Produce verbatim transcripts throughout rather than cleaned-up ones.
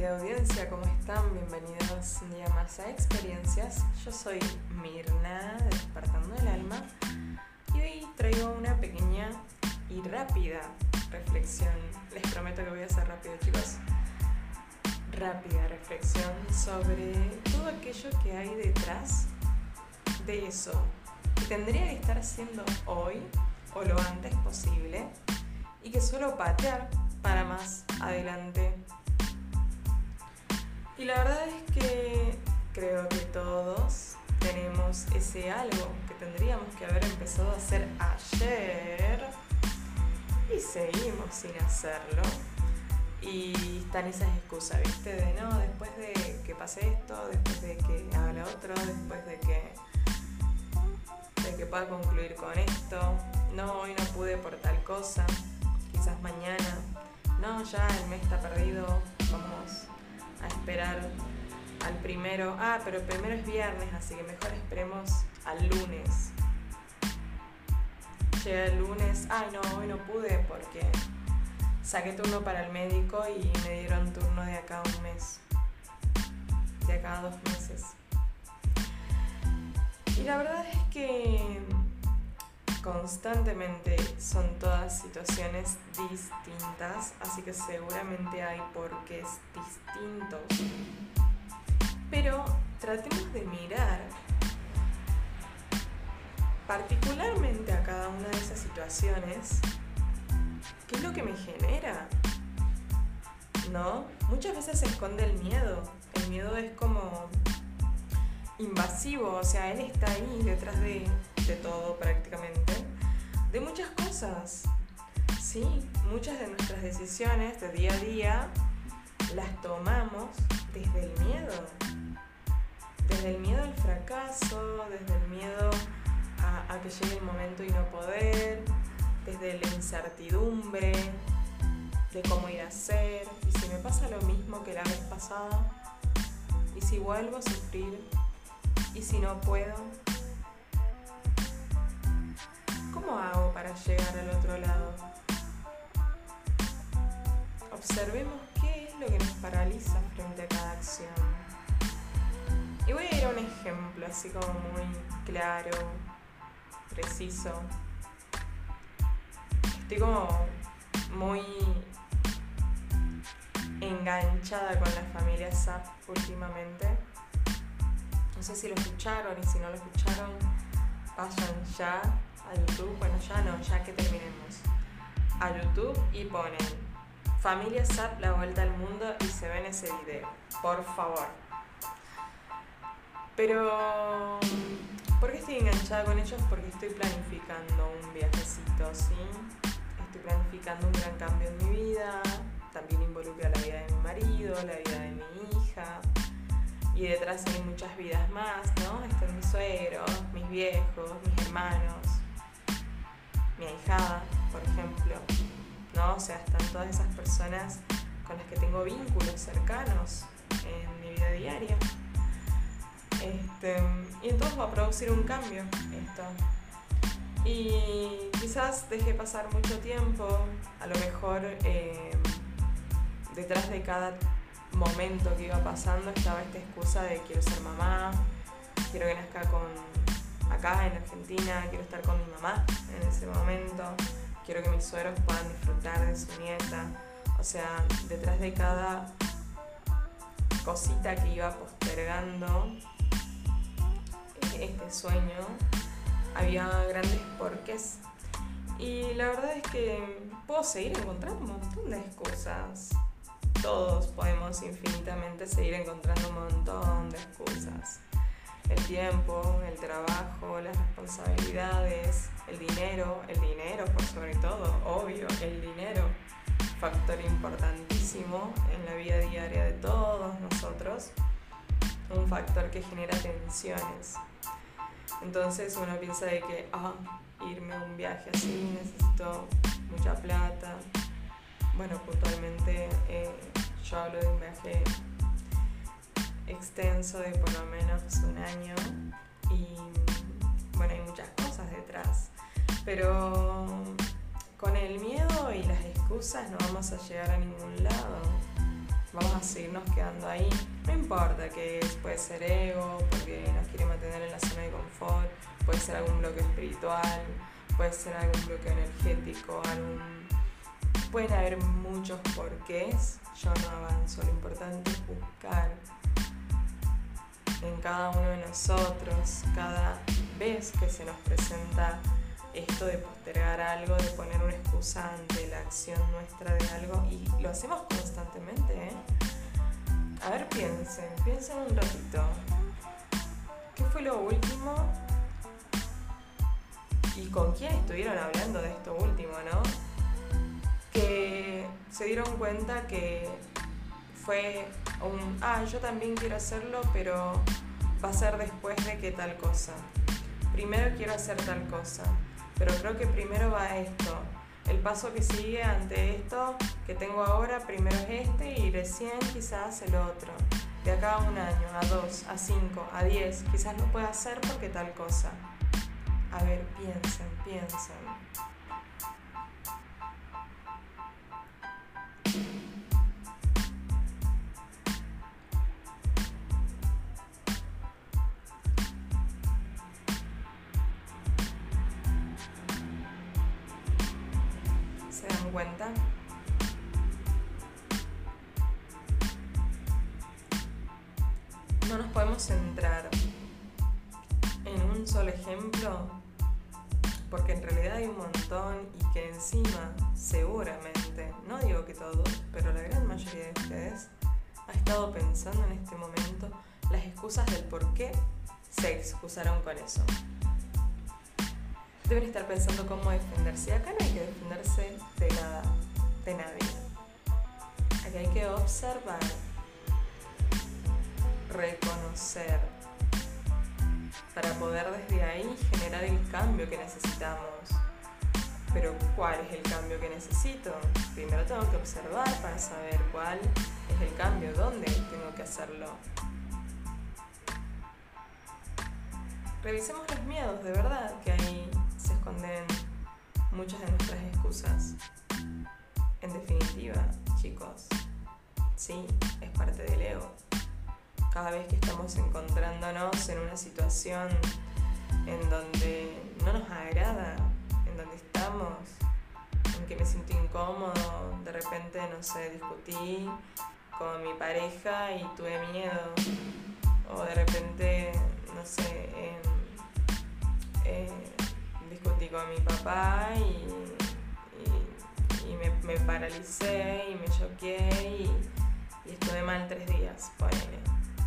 querida audiencia, ¿cómo están? Bienvenidos un día más a Experiencias. Yo soy Mirna de Despertando el Alma y hoy traigo una pequeña y rápida reflexión. Les prometo que voy a ser rápido, chicos. Rápida reflexión sobre todo aquello que hay detrás de eso que tendría que estar haciendo hoy o lo antes posible y que suelo patear para más adelante. Y la verdad es que creo que todos tenemos ese algo que tendríamos que haber empezado a hacer ayer y seguimos sin hacerlo. Y están esas excusas, ¿viste? De no, después de que pase esto, después de que haga lo otro, después de que, de que pueda concluir con esto. No, hoy no pude por tal cosa, quizás mañana. No, ya el mes está perdido, vamos a esperar al primero. Ah, pero el primero es viernes, así que mejor esperemos al lunes. Llega el lunes, ay no, hoy no pude porque saqué turno para el médico y me dieron turno de acá a un mes, de acá a dos meses. Y la verdad es que constantemente son todas situaciones distintas, así que seguramente hay porqués distintos. Pero tratemos de mirar particularmente a cada una de esas situaciones. ¿Qué es lo que me genera? ¿No? Muchas veces se esconde el miedo. El miedo es como invasivo, o sea, él está ahí detrás de, de todo prácticamente, de muchas cosas. Sí, muchas de nuestras decisiones de día a día las tomamos desde el miedo. Desde el miedo al fracaso, desde el miedo a, a que llegue el momento y no poder, desde la incertidumbre de cómo ir a ser, y si me pasa lo mismo que la vez pasada, y si vuelvo a sufrir, y si no puedo, ¿cómo hago para llegar al otro lado? Observemos qué es lo que nos paraliza frente a cada acción. Y voy a ir a un ejemplo así como muy claro, preciso. Estoy como muy enganchada con la familia Zapp últimamente. No sé si lo escucharon, y si no lo escucharon, vayan ya a YouTube. Bueno, ya no, ya que terminemos. A YouTube y ponen Familia Zapp, la vuelta al mundo, y se ven ese video. Por favor. Pero ¿por qué estoy enganchada con ellos? Porque estoy planificando un viajecito, ¿sí? Estoy planificando un gran cambio en mi vida. También involucra la vida de mi marido, la vida de mi hija. Y detrás hay muchas vidas más, ¿no? Están mis suegros, mis viejos, mis hermanos, mi ahijada, por ejemplo, ¿no? O sea, están todas esas personas con las que tengo vínculos cercanos en mi vida diaria. Este, y entonces va a producir un cambio esto. Y quizás deje pasar mucho tiempo, a lo mejor eh, detrás de cada momento que iba pasando estaba esta excusa de quiero ser mamá, quiero que nazca con, acá en Argentina, quiero estar con mi mamá en ese momento, quiero que mis suegros puedan disfrutar de su nieta. O sea, detrás de cada cosita que iba postergando este sueño había grandes porqués. Y la verdad es que puedo seguir encontrando un montón de excusas. Todos podemos infinitamente seguir encontrando un montón de excusas. El tiempo, el trabajo, las responsabilidades, el dinero, el dinero por sobre todo, obvio, el dinero, factor importantísimo en la vida diaria de todos nosotros, un factor que genera tensiones. Entonces uno piensa de que, ah, irme a un viaje así, necesito mucha plata. Bueno, puntualmente eh, yo hablo de un viaje extenso de por lo menos un año y bueno, hay muchas cosas detrás, pero con el miedo y las excusas no vamos a llegar a ningún lado. vamos a seguirnos quedando ahí. No importa que es, puede ser ego, porque nos quiere mantener en la zona de confort, puede ser algún bloque espiritual, puede ser algún bloque energético, algún... pueden haber muchos porqués. Yo no avanzo, lo importante es buscar en cada uno de nosotros, cada vez que se nos presenta esto de postergar algo, de poner una excusa ante la acción nuestra de algo, y lo hacemos constantemente, ¿eh? A ver, piensen, piensen un ratito. ¿Qué fue lo último? ¿Y con quién estuvieron hablando de esto último, no? Que se dieron cuenta que fue un, ah, yo también quiero hacerlo, pero va a ser después de que tal cosa. Primero quiero hacer tal cosa, pero creo que primero va esto. El paso que sigue ante esto que tengo ahora, primero es este y recién quizás el otro. De acá a un año, a dos, a cinco, a diez, quizás lo pueda hacer porque tal cosa. A ver, piensen, piensen. ¿Se dan cuenta? No nos podemos centrar en un solo ejemplo, porque en realidad hay un montón y que encima, seguramente, no digo que todos, pero la gran mayoría de ustedes ha estado pensando en este momento las excusas del por qué se excusaron con eso. Deben estar pensando cómo defenderse. Acá no hay que defenderse de nada, de nadie. Aquí hay que observar, reconocer, para poder desde ahí generar el cambio que necesitamos. Pero ¿cuál es el cambio que necesito? Primero tengo que observar para saber cuál es el cambio, dónde tengo que hacerlo. Revisemos los miedos, de verdad, que ahí se esconden muchas de nuestras excusas. En definitiva, chicos, sí, es parte del ego. Cada vez que estamos encontrándonos en una situación en donde no nos agrada, en donde estamos, en que me siento incómodo, de repente, no sé, discutí con mi pareja y tuve miedo, o de repente, no sé, eh, eh, discutí con mi papá y, y, y me, me paralicé y me choqué y, y estuve mal tres días, ponele.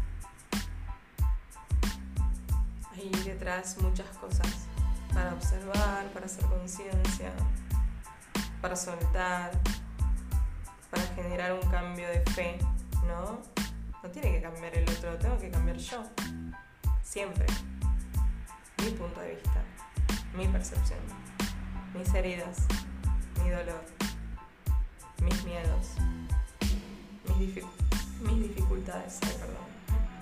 Hay detrás muchas cosas para observar, para hacer conciencia, para soltar, para generar un cambio de fe, ¿no? No tiene que cambiar el otro, tengo que cambiar yo. Siempre. Mi punto de vista, mi percepción, mis heridas, mi dolor, mis miedos, mis, dific- mis dificultades, ay, perdón.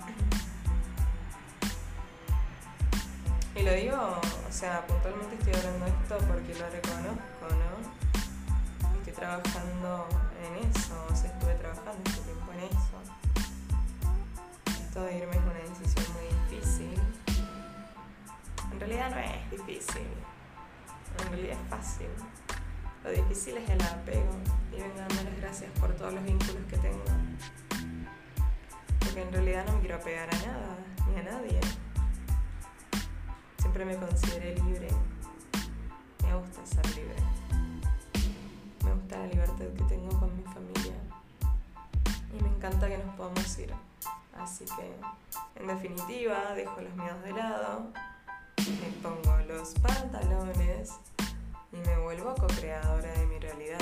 Y lo digo, o sea, puntualmente estoy hablando de esto porque lo reconozco, ¿no? Estoy trabajando en eso, o sea, estuve trabajando este tiempo en eso. Esto de irme es una decisión muy difícil. En realidad no es difícil, en realidad es fácil. Lo difícil es el apego y vengo dando las gracias por todos los vínculos que tengo. Porque en realidad no me quiero apegar a nada, ni a nadie. Siempre me consideré libre. Me gusta ser libre. Me gusta la libertad que tengo con mi familia. Y me encanta que nos podamos ir. Así que, en definitiva, dejo los miedos de lado, me pongo los pantalones y me vuelvo co-creadora de mi realidad.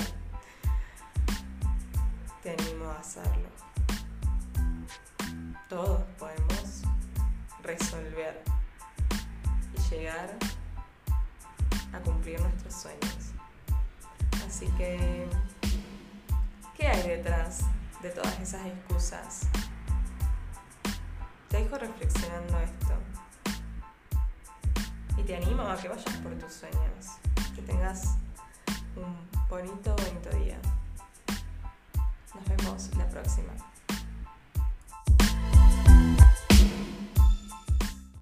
Te animo a hacerlo. Todos podemos resolver y llegar a cumplir nuestros sueños. Así que, ¿qué hay detrás de todas esas excusas? Te dejo reflexionando esto. Y te animo a que vayas por tus sueños. Que tengas un bonito, bonito día. Nos vemos la próxima. próxima.